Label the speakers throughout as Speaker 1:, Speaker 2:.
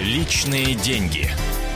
Speaker 1: Личные деньги.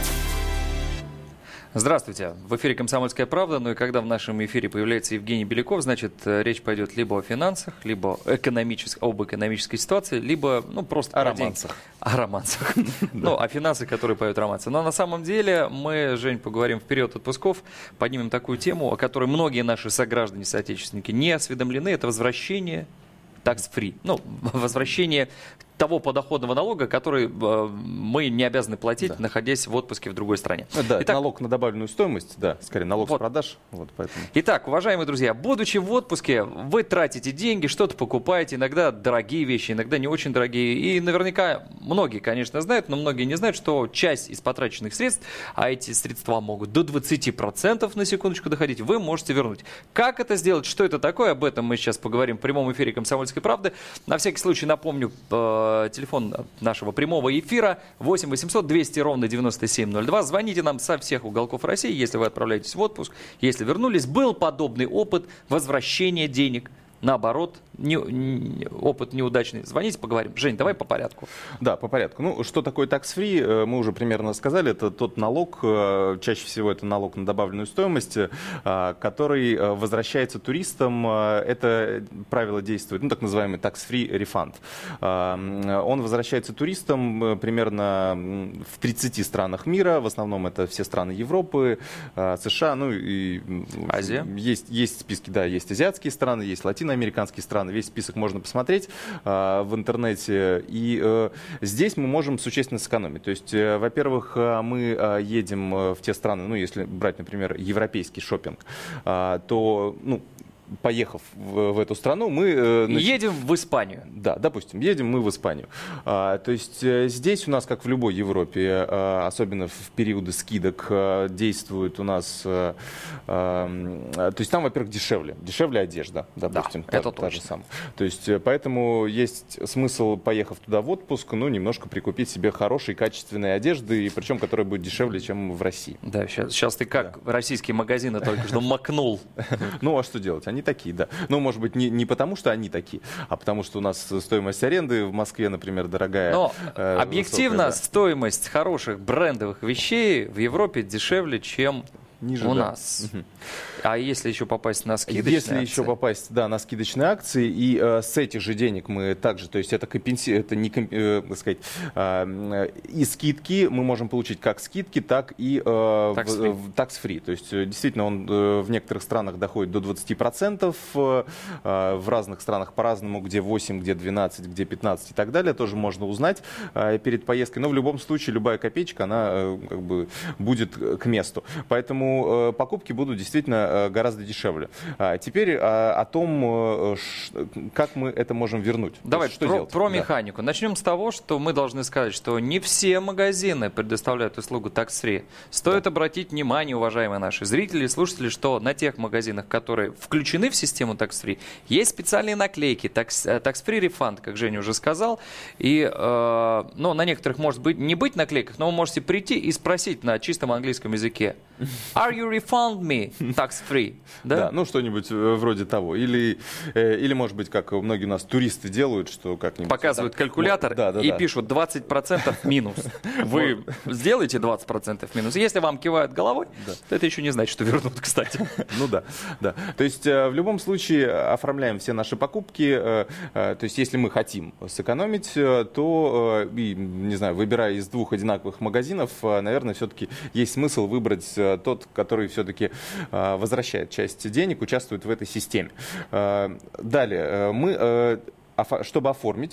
Speaker 2: Здравствуйте. В эфире «Комсомольская правда». Ну и когда в нашем эфире появляется Евгений Беляков, значит, речь пойдет либо о финансах, либо об экономической ситуации, либо просто
Speaker 3: о романсах.
Speaker 2: О романсах. Ну, о финансах, которые поют романсы. Но на самом деле мы, Жень, поговорим в период отпусков, поднимем такую тему, о которой многие наши сограждане, соотечественники не осведомлены. Это возвращение tax-free. Возвращение того подоходного налога, который мы не обязаны платить, находясь в отпуске в другой стране.
Speaker 3: Да, итак, налог на добавленную стоимость, скорее налог с продаж. Поэтому.
Speaker 2: Итак, уважаемые друзья, будучи в отпуске, вы тратите деньги, что-то покупаете, иногда дорогие вещи, иногда не очень дорогие. И наверняка многие, конечно, знают, но многие не знают, что часть из потраченных средств, а эти средства могут до 20% на секундочку доходить, вы можете вернуть. Как это сделать, что это такое, об этом мы сейчас поговорим в прямом эфире «Комсомольской правды». На всякий случай напомню, телефон нашего прямого эфира 8 800 200 ровно 9702. Звоните нам со всех уголков России, если вы отправляетесь в отпуск, если вернулись. Был подобный опыт возвращения денег. Наоборот, опыт неудачный. Звоните, поговорим. Жень, давай по порядку.
Speaker 3: Да, по порядку. Что такое tax-free, мы уже примерно сказали. Это тот налог, чаще всего это налог на добавленную стоимость, который возвращается туристам. Это правило действует, так называемый tax-free refund. Он возвращается туристам примерно в 30 странах мира. В основном это все страны Европы, США, и
Speaker 2: Азия.
Speaker 3: Есть списки, есть азиатские страны, есть латиноамериканские страны. Весь список можно посмотреть в интернете. И здесь мы можем существенно сэкономить. То есть, во-первых, мы едем в те страны, если брать, например, европейский шопинг, то, поехав в эту страну, мы...
Speaker 2: Едем в Испанию.
Speaker 3: Да, допустим, едем мы в Испанию. То есть здесь у нас, как в любой Европе, особенно в периоды скидок, действует у нас... То есть там, во-первых, дешевле одежда, допустим.
Speaker 2: Да, это
Speaker 3: та же самая. То есть поэтому есть смысл, поехав туда в отпуск, немножко прикупить себе хорошей, качественной одежды, и причем которая будет дешевле, чем в России.
Speaker 2: Да, сейчас ты как российские магазины только что макнул.
Speaker 3: А что делать? Они такие, да. Может быть, не потому, что они такие, а потому, что у нас стоимость аренды в Москве, например, дорогая.
Speaker 2: Но объективно стоимость хороших брендовых вещей в Европе дешевле, чем у нас. Угу. А если еще попасть на скидочные акции?
Speaker 3: Если еще попасть, на скидочные акции, и с этих же денег мы также, то есть это и скидки мы можем получить как скидки, так и tax-free. То есть действительно он в некоторых странах доходит до 20%, в разных странах по-разному, где 8, где 12, где 15 и так далее, тоже можно узнать перед поездкой. Но в любом случае любая копеечка, она будет к месту. Поэтому покупки будут действительно гораздо дешевле. Теперь о том, как мы это можем вернуть.
Speaker 2: Давай про механику. Начнем с того, что мы должны сказать, что не все магазины предоставляют услугу tax-free. Стоит обратить внимание, уважаемые наши зрители и слушатели, что на тех магазинах, которые включены в систему tax-free, есть специальные наклейки tax-free refund, как Женя уже сказал. И на некоторых может не быть наклейках, но вы можете прийти и спросить на чистом английском языке: Are you refund me tax-free?
Speaker 3: Да, что-нибудь вроде того. Или, может быть, как многие у нас туристы делают, что как-нибудь...
Speaker 2: Показывают калькулятор и пишут 20% минус. Вы сделаете 20% минус. Если вам кивают головой, то это еще не значит, что вернут, кстати.
Speaker 3: Да. То есть, в любом случае, оформляем все наши покупки. То есть, если мы хотим сэкономить, то, выбирая из двух одинаковых магазинов, наверное, все-таки есть смысл выбрать тот, который все-таки возвращает часть денег, участвует в этой системе. Далее, чтобы оформить,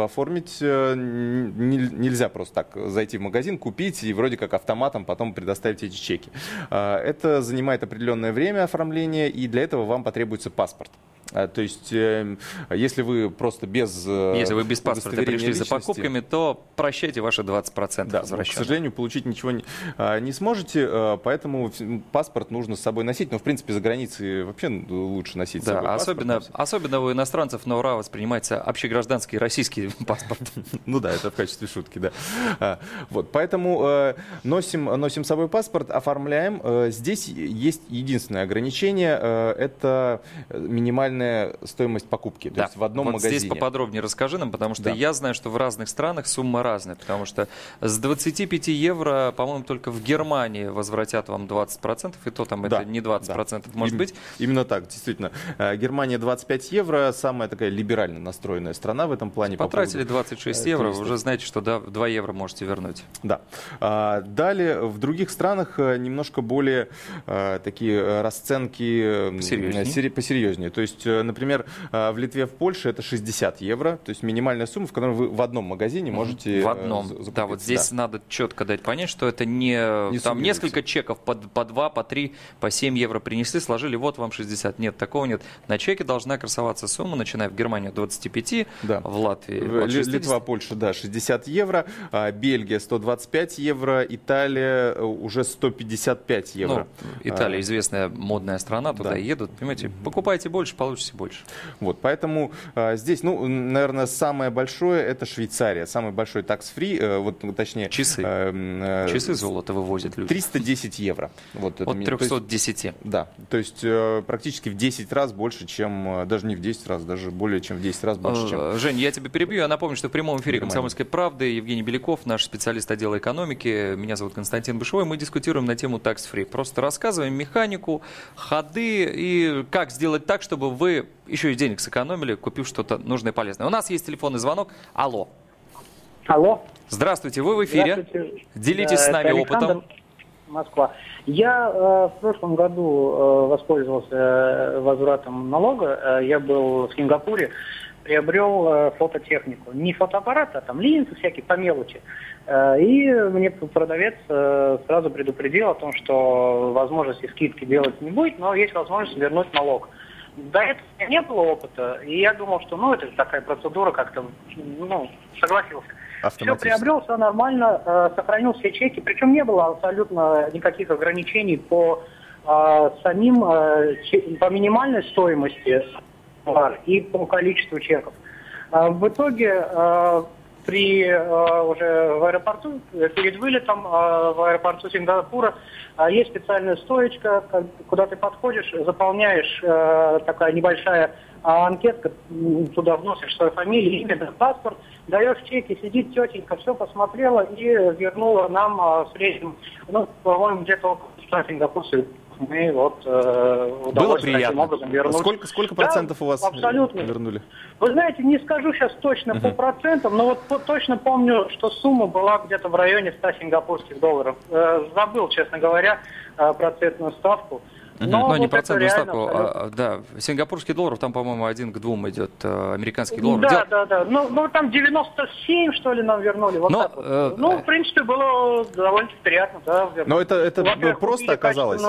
Speaker 3: нельзя просто так зайти в магазин, купить и вроде как автоматом потом предоставить эти чеки. Это занимает определенное время оформления, и для этого вам потребуется паспорт. То есть, если вы просто без
Speaker 2: паспорта пришли за покупками, то прощайте ваши 20%.
Speaker 3: Да, к сожалению, получить ничего не сможете, поэтому паспорт нужно с собой носить. Но, в принципе, за границей вообще лучше носить с собой паспорт.
Speaker 2: Особенно у иностранцев на ура воспринимается общегражданский российский паспорт.
Speaker 3: Это в качестве шутки, да. Поэтому носим с собой паспорт, оформляем. Здесь есть единственное ограничение, это минимальная минимальная стоимость покупки, то есть в одном магазине.
Speaker 2: Здесь поподробнее расскажи нам, потому что я знаю, что в разных странах сумма разная, потому что с 25 евро, по-моему, только в Германии возвратят вам 20%, и то там это не 20%, может быть.
Speaker 3: Именно так, действительно. Германия 25 евро, самая такая либерально настроенная страна в этом плане.
Speaker 2: Потратили 26 евро, вы уже знаете, что 2 евро можете вернуть.
Speaker 3: Да. Далее, в других странах немножко более такие расценки посерьезнее. То есть, например, в Литве, в Польше это 60 евро, то есть минимальная сумма, в которой вы в одном магазине можете
Speaker 2: в одном. Да, вот здесь надо четко дать понять, что это не там несколько чеков по 2, по 3, по 7 евро принесли, сложили, вот вам 60. Нет, такого нет. На чеке должна красоваться сумма, начиная в Германии от 25, в Латвии от 60.
Speaker 3: Литва, Польша, 60 евро, Бельгия 125 евро, Италия уже 155 евро.
Speaker 2: Италия известная модная страна, туда едут, понимаете, покупайте больше, получите больше.
Speaker 3: Вот, поэтому здесь, наверное, самое большое это Швейцария, самый большой tax-free, точнее...
Speaker 2: Часы золота вывозят люди.
Speaker 3: 310 евро.
Speaker 2: От 310.
Speaker 3: Да, то есть практически в 10 раз больше, чем, даже не в 10 раз, даже более чем в 10 раз больше, чем...
Speaker 2: Жень, я тебе перебью, я напомню, что в прямом эфире «Комсомольской правды» Евгений Беляков, наш специалист отдела экономики, меня зовут Константин Бышевой, мы дискутируем на тему tax-free. Просто рассказываем механику, ходы и как сделать так, чтобы вы еще и денег сэкономили, купив что-то нужное и полезное. У нас есть телефонный звонок. Алло.
Speaker 1: Алло.
Speaker 2: Здравствуйте, вы в эфире. Делитесь с нами опытом.
Speaker 1: Москва. Я в прошлом году воспользовался возвратом налога. Я был в Сингапуре, приобрел фототехнику. Не фотоаппарат, а там линзы всякие по мелочи. И мне продавец сразу предупредил о том, что возможности скидки делать не будет, но есть возможность вернуть налог. До этого у меня не было опыта, и я думал, что это такая процедура, как-то, согласился. Все приобрел, все нормально, сохранил все чеки, причем не было абсолютно никаких ограничений по по минимальной стоимости и по количеству чеков. В итоге уже в аэропорту, перед вылетом в аэропорту Сингапура есть специальная стоечка, куда ты подходишь, заполняешь такая небольшая анкетка, туда вносишь свою фамилию, имя, паспорт, даешь чеки, сидит тетенька, все посмотрела и вернула нам в среднем, по-моему, где-то около 100 сингапурцев. Мы
Speaker 2: было приятно.
Speaker 1: Таким образом вернули.
Speaker 3: Сколько процентов у вас вернули?
Speaker 1: Вы знаете, не скажу сейчас точно по процентам, но точно помню, что сумма была где-то в районе 100 сингапурских долларов. Забыл, честно говоря, процентную ставку.
Speaker 2: Но не процентную ставку, сингапурский доллар, там, по-моему, 1 к 2 идет американский доллар.
Speaker 1: Да. Ну, там 97, что ли, нам вернули. В принципе, было довольно приятно, да.
Speaker 3: Но это просто оказалось?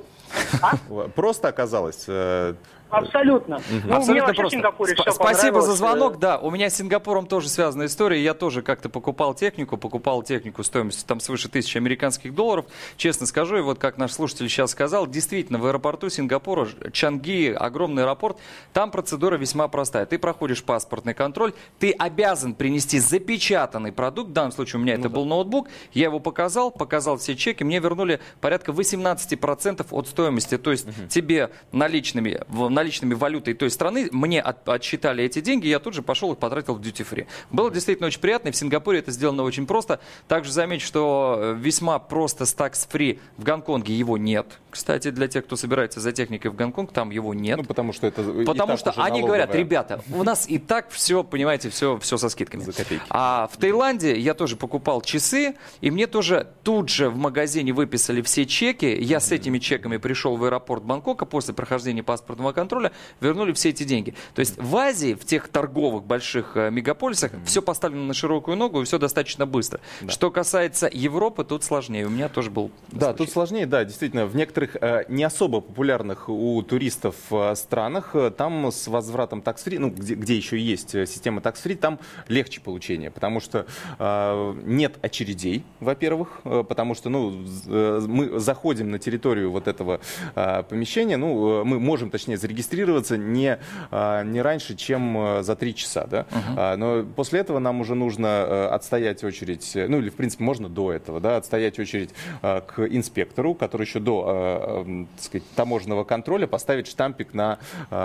Speaker 3: Просто оказалось?
Speaker 1: Абсолютно.
Speaker 2: Абсолютно просто. Спасибо за звонок. Да, у меня с Сингапуром тоже связана история. Я тоже как-то покупал технику стоимостью там свыше 1000 американских долларов. Честно скажу, и вот как наш слушатель сейчас сказал, действительно, в аэропорту Сингапура, Чанги, огромный аэропорт, там процедура весьма простая. Ты проходишь паспортный контроль, ты обязан принести запечатанный продукт. В данном случае у меня это был ноутбук. Я его показал все чеки, мне вернули порядка 18% от стоимости. То есть тебе наличными валютой той страны, мне отсчитали эти деньги, я тут же пошел и потратил в duty free. Было действительно очень приятно, и в Сингапуре это сделано очень просто. Также замечу, что весьма просто с tax free в Гонконге его нет. Кстати, для тех, кто собирается за техникой в Гонконг, там его нет.
Speaker 3: Потому что
Speaker 2: они говорят, ребята, у нас и так все, понимаете, все со скидками.
Speaker 3: За копейки.
Speaker 2: А в Таиланде я тоже покупал часы, и мне тоже тут же в магазине выписали все чеки. Я с этими чеками пришел в аэропорт Бангкока после прохождения паспортного контроля, вернули все эти деньги. То есть в Азии, в тех торговых больших мегаполисах, все поставлено на широкую ногу и все достаточно быстро. Да. Что касается Европы, тут сложнее. У меня тоже был случай.
Speaker 3: Тут сложнее, действительно. В некоторых не особо популярных у туристов странах, там с возвратом tax-free, где еще есть система tax-free, там легче получение, потому что нет очередей, во-первых, потому что мы заходим на территорию вот этого помещения, мы можем, точнее, зарегистрироваться регистрироваться не раньше, чем за 3 часа. Да? Но после этого нам уже нужно отстоять очередь, ну или в принципе можно до этого, да, отстоять очередь к инспектору, который еще до, так сказать, таможенного контроля поставит штампик на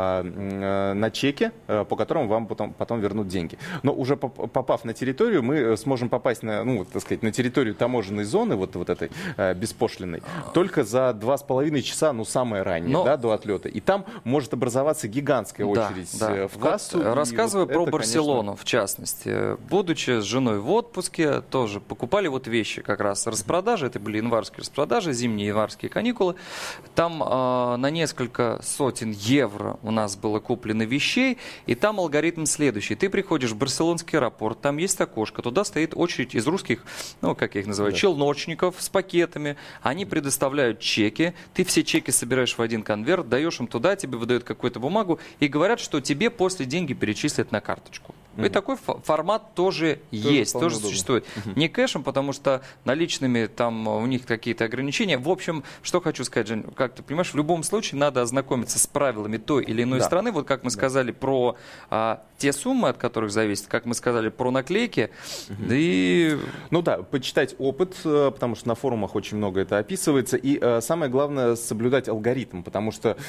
Speaker 3: чеке, по которому вам потом вернут деньги. Но уже попав на территорию, мы сможем попасть на, ну, так сказать, на территорию таможенной зоны, вот этой беспошлиной, только за 2,5 часа, ну, самое раннее, да, до отлета. И там может образоваться гигантская очередь в кассу.
Speaker 2: Вот, рассказываю
Speaker 3: вот
Speaker 2: про
Speaker 3: это,
Speaker 2: Барселону,
Speaker 3: конечно...
Speaker 2: в частности. Будучи с женой в отпуске, тоже покупали вот вещи, как раз распродажи, это были январские распродажи, зимние январские каникулы. Там на несколько сотен евро у нас было куплено вещей, и там алгоритм следующий. Ты приходишь в барселонский аэропорт, там есть окошко, туда стоит очередь из русских, ну, как я их называю, челночников с пакетами. Они предоставляют чеки, ты все чеки собираешь в один конверт, даешь им туда, тебе выдают какую-то бумагу и говорят, что тебе после деньги перечислят на карточку. И такой формат тоже есть, тоже существует. Не кэшем, потому что наличными там у них какие-то ограничения. В общем, что хочу сказать, Жень, как ты понимаешь, в любом случае надо ознакомиться с правилами той или иной страны. Вот как мы сказали про те суммы, от которых зависит, как мы сказали про наклейки. И...
Speaker 3: Ну да, почитать опыт, потому что на форумах очень много это описывается. И самое главное, соблюдать алгоритм, потому что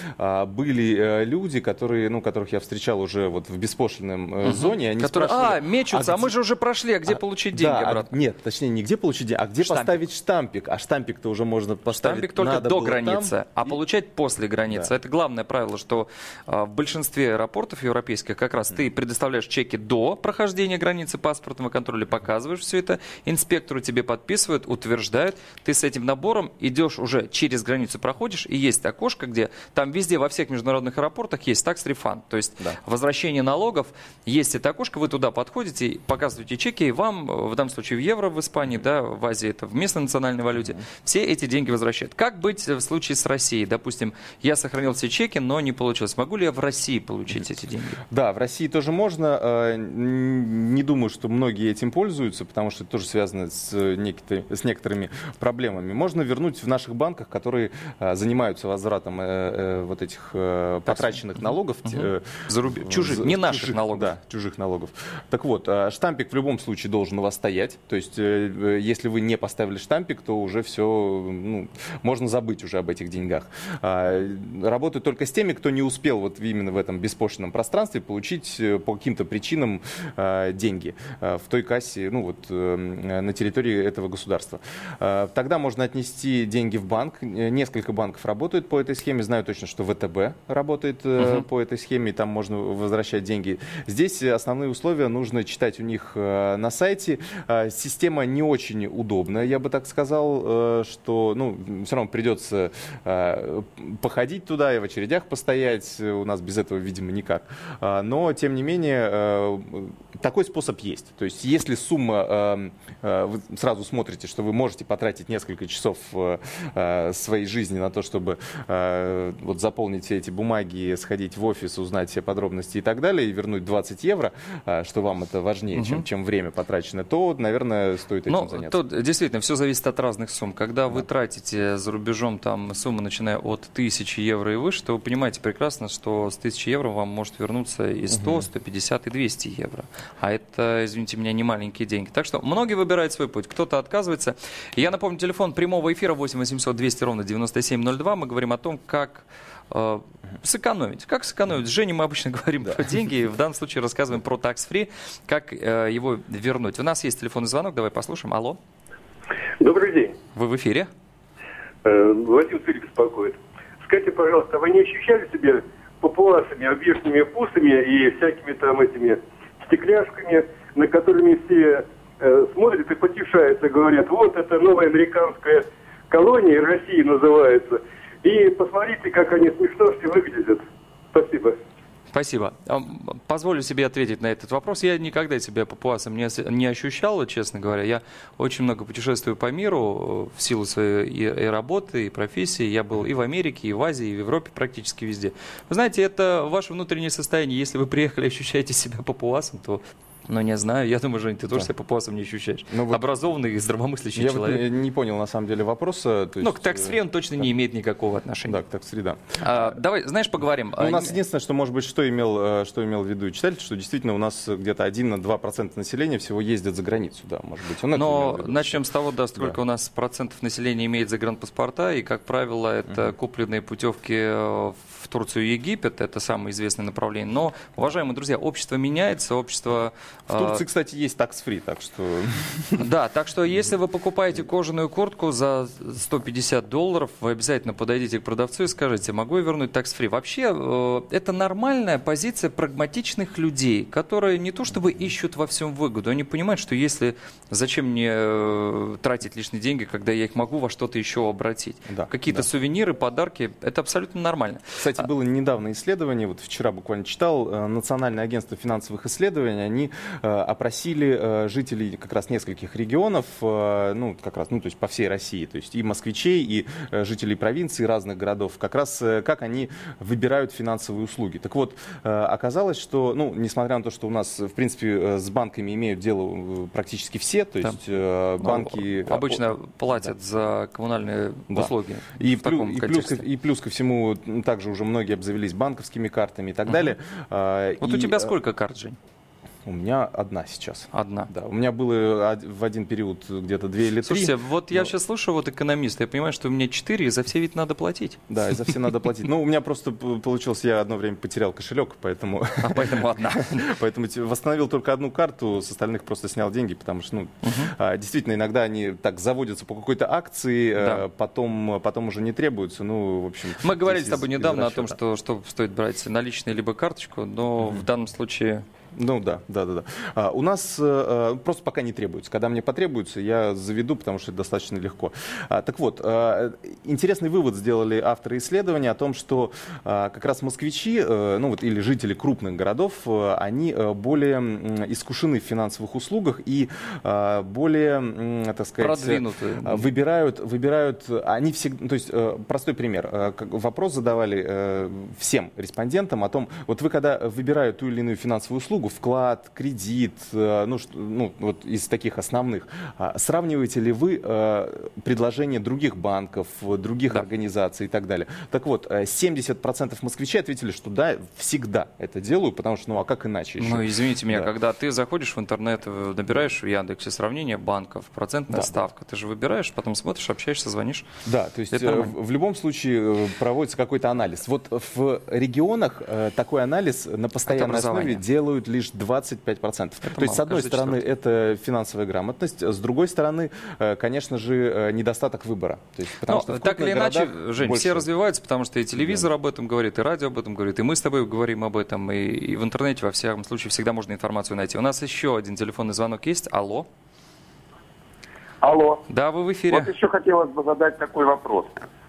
Speaker 3: были люди, которых я встречал уже вот в беспошлинной зоне,
Speaker 2: которые, мечутся, мы же уже прошли, а где получить деньги обратно?
Speaker 3: Нет, точнее, не где получить деньги, а где поставить штампик. А штампик-то уже можно поставить.
Speaker 2: Штампик только до границы, а получать после границы. Да. Это главное правило, что в большинстве аэропортов европейских как раз ты предоставляешь чеки до прохождения границы паспортного контроля, показываешь все это, инспектору тебе подписывают, утверждают, ты с этим набором идешь уже через границу, проходишь, и есть окошко, где там везде, во всех международных аэропортах есть tax refund, то есть возвращение налогов, есть это окошко, вы туда подходите, показываете чеки, и вам, в данном случае в евро в Испании, да, в Азии это в местной национальной валюте, все эти деньги возвращают. Как быть в случае с Россией? Допустим, я сохранил все чеки, но не получилось. Могу ли я в России получить эти деньги?
Speaker 3: Да, в России тоже можно. Не думаю, что многие этим пользуются, потому что это тоже связано с некоторыми проблемами. Можно вернуть в наших банках, которые занимаются возвратом вот этих потраченных налогов.
Speaker 2: Чужих, не наших налогов.
Speaker 3: Да, чужих налогов. Так вот, штампик в любом случае должен у вас стоять. То есть, если вы не поставили штампик, то уже все, можно забыть уже об этих деньгах. Работаю только с теми, кто не успел вот именно в этом беспошлинном пространстве получить по каким-то причинам деньги в той кассе, на территории этого государства. Тогда можно отнести деньги в банк. Несколько банков работают по этой схеме. Знаю точно, что ВТБ работает по этой схеме, и там можно возвращать деньги. Здесь основные условия нужно читать у них на сайте. Система не очень удобная, я бы так сказал, что все равно придется походить туда и в очередях постоять. У нас без этого, видимо, никак. Но, тем не менее, такой способ есть. То есть, если сумма, вы сразу смотрите, что вы можете потратить несколько часов своей жизни на то, чтобы заполнить все эти бумаги, сходить в офис, узнать все подробности и так далее, и вернуть 20 евро, что вам это важнее, чем время потрачено, то, наверное, стоит этим заняться.
Speaker 2: Тут действительно все зависит от разных сумм. Когда вы тратите за рубежом там суммы, начиная от 1000 евро и выше, то вы понимаете прекрасно, что с 1000 евро вам может вернуться и 100, 150 и 200 евро. А это, извините меня, не маленькие деньги. Так что многие выбирают свой путь, кто-то отказывается. Я напомню, телефон прямого эфира 8 800 200 ровно 9702. Мы говорим о том, как сэкономить. Как сэкономить? С Женей мы обычно говорим про деньги. В данном случае рассказываем про tax-free, как его вернуть. У нас есть телефонный звонок, давай послушаем. Алло.
Speaker 4: Добрый день.
Speaker 2: Вы в эфире?
Speaker 4: Владимир Цирик беспокоит. Скажите, пожалуйста, вы не ощущали себя папуасами, обвешанными пусами и всякими там этими стекляшками, на которыми все смотрят и потешаются, говорят, вот это новая американская колония, Россия называется. И посмотрите, как они смешно все выглядят. Спасибо.
Speaker 2: Спасибо. Позволю себе ответить на этот вопрос. Я никогда себя папуасом не ощущал, честно говоря. Я очень много путешествую по миру в силу своей и работы, и профессии. Я был и в Америке, и в Азии, и в Европе, практически везде. Вы знаете, это ваше внутреннее состояние. Если вы приехали и ощущаете себя папуасом, то Ну, не знаю. Я думаю, Жень, ты тоже себя папуасом не ощущаешь. Образованный и здравомыслящий человек.
Speaker 3: Я не понял, на самом деле, вопроса.
Speaker 2: Ну, к tax-free он точно не имеет никакого отношения.
Speaker 3: Да, к tax-free, да.
Speaker 2: Давай, знаешь, поговорим.
Speaker 3: У нас единственное, что, может быть, что имел в виду читатель, что действительно у нас где-то 1-2% населения всего ездят за границу, да, может быть.
Speaker 2: Но начнем с того, сколько у нас процентов населения имеет загранпаспорта, и, как правило, это купленные путевки в Турцию и Египет, это самое известное направление. Но, уважаемые друзья, общество меняется, общество...
Speaker 3: В Турции, кстати, есть tax-free, так что...
Speaker 2: Да, так что если вы покупаете кожаную куртку за $150, вы обязательно подойдите к продавцу и скажите, могу я вернуть tax-free? Вообще, это нормальная позиция прагматичных людей, которые не то чтобы ищут во всем выгоду, они понимают, что если зачем мне тратить лишние деньги, когда я их могу во что-то еще обратить. Да, какие-то сувениры, подарки, это абсолютно нормально.
Speaker 3: Кстати, было недавно исследование, вот вчера буквально читал, Национальное агентство финансовых исследований, они опросили жителей как раз нескольких регионов, то есть по всей России, то есть и москвичей, и жителей провинций разных городов, как раз как они выбирают финансовые услуги. Так вот, оказалось, что, несмотря на то, что у нас, в принципе, с банками имеют дело практически все, то есть банки...
Speaker 2: Обычно платят за коммунальные услуги.
Speaker 3: И плюс ко всему, также уже многие обзавелись банковскими картами и так далее.
Speaker 2: Вот у тебя сколько карт, Жень?
Speaker 3: У меня одна сейчас.
Speaker 2: Одна?
Speaker 3: Да. У меня было в один период где-то 2 или 3.
Speaker 2: Слушайте, вот я сейчас слушаю экономиста, я понимаю, что у меня 4, и за все ведь надо платить.
Speaker 3: Да, и за все надо платить. У меня просто получилось, я одно время потерял кошелек, поэтому...
Speaker 2: Поэтому одна.
Speaker 3: Поэтому восстановил только одну карту, с остальных просто снял деньги, потому что, действительно, иногда они так заводятся по какой-то акции, потом уже не требуются. В общем...
Speaker 2: Мы говорили с тобой недавно о том, что стоит брать наличные либо карточку, но в данном случае...
Speaker 3: Да. У нас просто пока не требуется. Когда мне потребуется, я заведу, потому что это достаточно легко. Так вот, интересный вывод сделали авторы исследования о том, что как раз москвичи, или жители крупных городов, они более искушены в финансовых услугах и более, так сказать,
Speaker 2: продвинутые.
Speaker 3: Выбирают, они всегда, то есть простой пример. Вопрос задавали всем респондентам о том, вот вы когда выбираете ту или иную финансовую услугу, вклад, кредит, вот из таких основных. Сравниваете ли вы предложения других банков, других организаций и так далее? Так вот, 70% москвичей ответили, что да, всегда это делаю, потому что, а как иначе еще?
Speaker 2: Извините меня, когда ты заходишь в интернет, набираешь в Яндексе сравнение банков, процентная ставка, ты же выбираешь, потом смотришь, общаешься, звонишь.
Speaker 3: Да, то есть в любом случае проводится какой-то анализ. Вот в регионах такой анализ на постоянной основе делают лишь 25%. То есть, с одной стороны, это финансовая грамотность, с другой стороны, конечно же, недостаток выбора. То есть, потому что
Speaker 2: так или иначе, Жень, все развиваются, потому что и телевизор об этом говорит, и радио об этом говорит, и мы с тобой говорим об этом, и в интернете, во всяком случае, всегда можно информацию найти. У нас еще один телефонный звонок есть. Алло.
Speaker 5: Алло.
Speaker 2: Да, вы в эфире.
Speaker 5: Вот еще хотелось бы задать такой вопрос.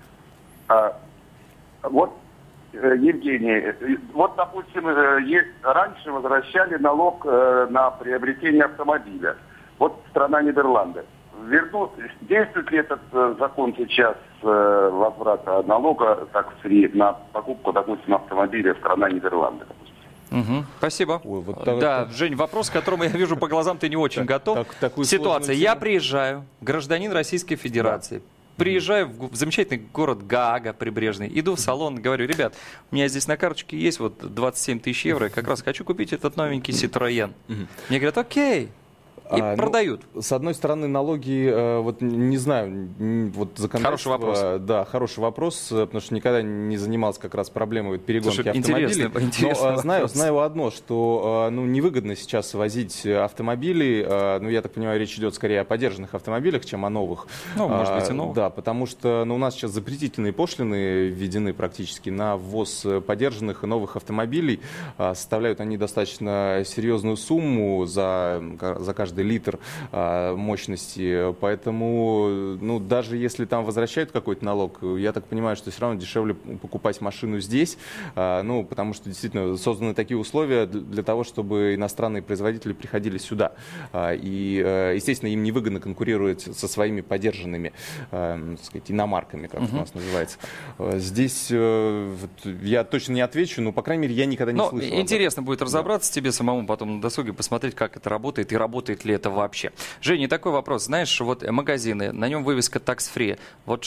Speaker 5: Евгений, допустим, раньше возвращали налог на приобретение автомобиля. Вот страна Нидерланды. Действует ли этот закон сейчас возврата налога tax-free на покупку, допустим, автомобиля страна Нидерланды?
Speaker 2: Спасибо. Жень, вопрос, к которому я вижу по глазам, ты не очень готов. Ситуация. Я приезжаю, гражданин Российской Федерации. Приезжаю в замечательный город Гаага прибрежный, иду в салон, говорю, ребят, у меня здесь на карточке есть 27 тысяч евро, как раз хочу купить этот новенький Citroёn. Мне говорят, окей. И продают.
Speaker 3: С одной стороны, налоги, не знаю, законодательство...
Speaker 2: Хороший вопрос.
Speaker 3: Да, хороший вопрос, потому что никогда не занимался как раз проблемой перегонки автомобилей.
Speaker 2: Интересно.
Speaker 3: Но знаю одно, что невыгодно сейчас возить автомобили, я так понимаю, речь идет скорее о подержанных автомобилях, чем о новых.
Speaker 2: Может быть, и новых.
Speaker 3: Да, потому что у нас сейчас запретительные пошлины введены практически на ввоз подержанных и новых автомобилей. Составляют они достаточно серьезную сумму за каждый каждый литр мощности. Поэтому, ну, даже если там возвращают какой-то налог, я так понимаю, что все равно дешевле покупать машину здесь, ну, потому что действительно созданы такие условия для того, чтобы иностранные производители приходили сюда. И, естественно, им невыгодно конкурировать со своими подержанными, так сказать, иномарками, как у нас называется. Здесь я точно не отвечу, но, по крайней мере, я никогда не слышал.
Speaker 2: Интересно будет разобраться тебе самому потом на досуге, посмотреть, как это работает и работает ли это вообще. Женя, такой вопрос. Знаешь, вот магазины, на нем вывеска tax-free. Вот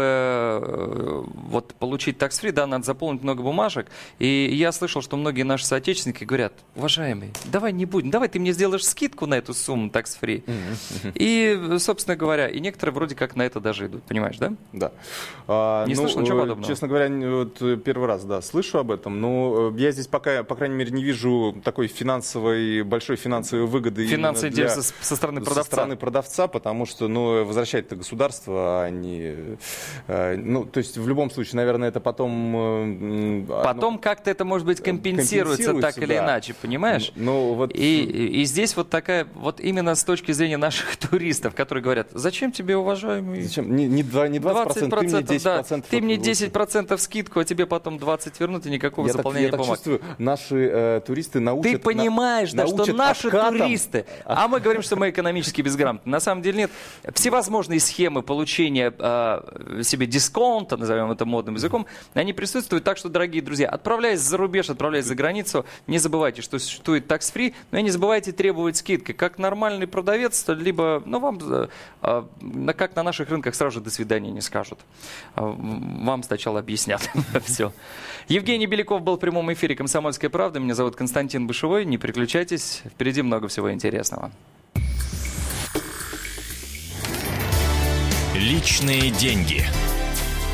Speaker 2: чтобы вот получить tax-free, да, надо заполнить много бумажек. И я слышал, что многие наши соотечественники говорят: уважаемый, давай не будем, давай ты мне сделаешь скидку на эту сумму tax-free. И, собственно говоря, и некоторые вроде как на это даже идут, понимаешь, да?
Speaker 3: Да.
Speaker 2: Не слышал ничего подобного?
Speaker 3: Честно говоря, вот первый раз, да, слышу об этом, но я здесь пока, по крайней мере, не вижу такой большой финансовой выгоды.
Speaker 2: Финансовый интерес со стороны продавца.
Speaker 3: Со стороны продавца, потому что, ну, возвращает это государство, а не... Ну, то есть, в любом случае, наверное, это потом...
Speaker 2: Потом как-то это, может быть, компенсируется так или иначе, понимаешь?
Speaker 3: Ну, вот...
Speaker 2: И здесь вот такая, вот именно с точки зрения наших туристов, которые говорят: зачем тебе, уважаемый?
Speaker 3: Зачем? Не 20%, ты мне 10%.
Speaker 2: Да, ты мне 10% скидку, а тебе потом 20 вернут, и никакого заполнения бумаг.
Speaker 3: Я так чувствую, наши туристы научат...
Speaker 2: Ты понимаешь, да, что наши туристы... А мы говорим, что мы экономически безграмотны. На самом деле нет. Всевозможные схемы получения себе дисконта, назовем это модным языком, они присутствуют. Так что, дорогие друзья, отправляясь за рубеж, отправляясь за границу, не забывайте, что существует tax-free, но и не забывайте требовать скидки. Как нормальный продавец, либо, ну, вам, как на наших рынках, сразу же до свидания не скажут. Вам сначала объяснят все. Евгений Беляков был в прямом эфире «Комсомольской правды». Меня зовут Константин Бышевой. Не переключайтесь, впереди много всего интересного.
Speaker 6: Личные деньги.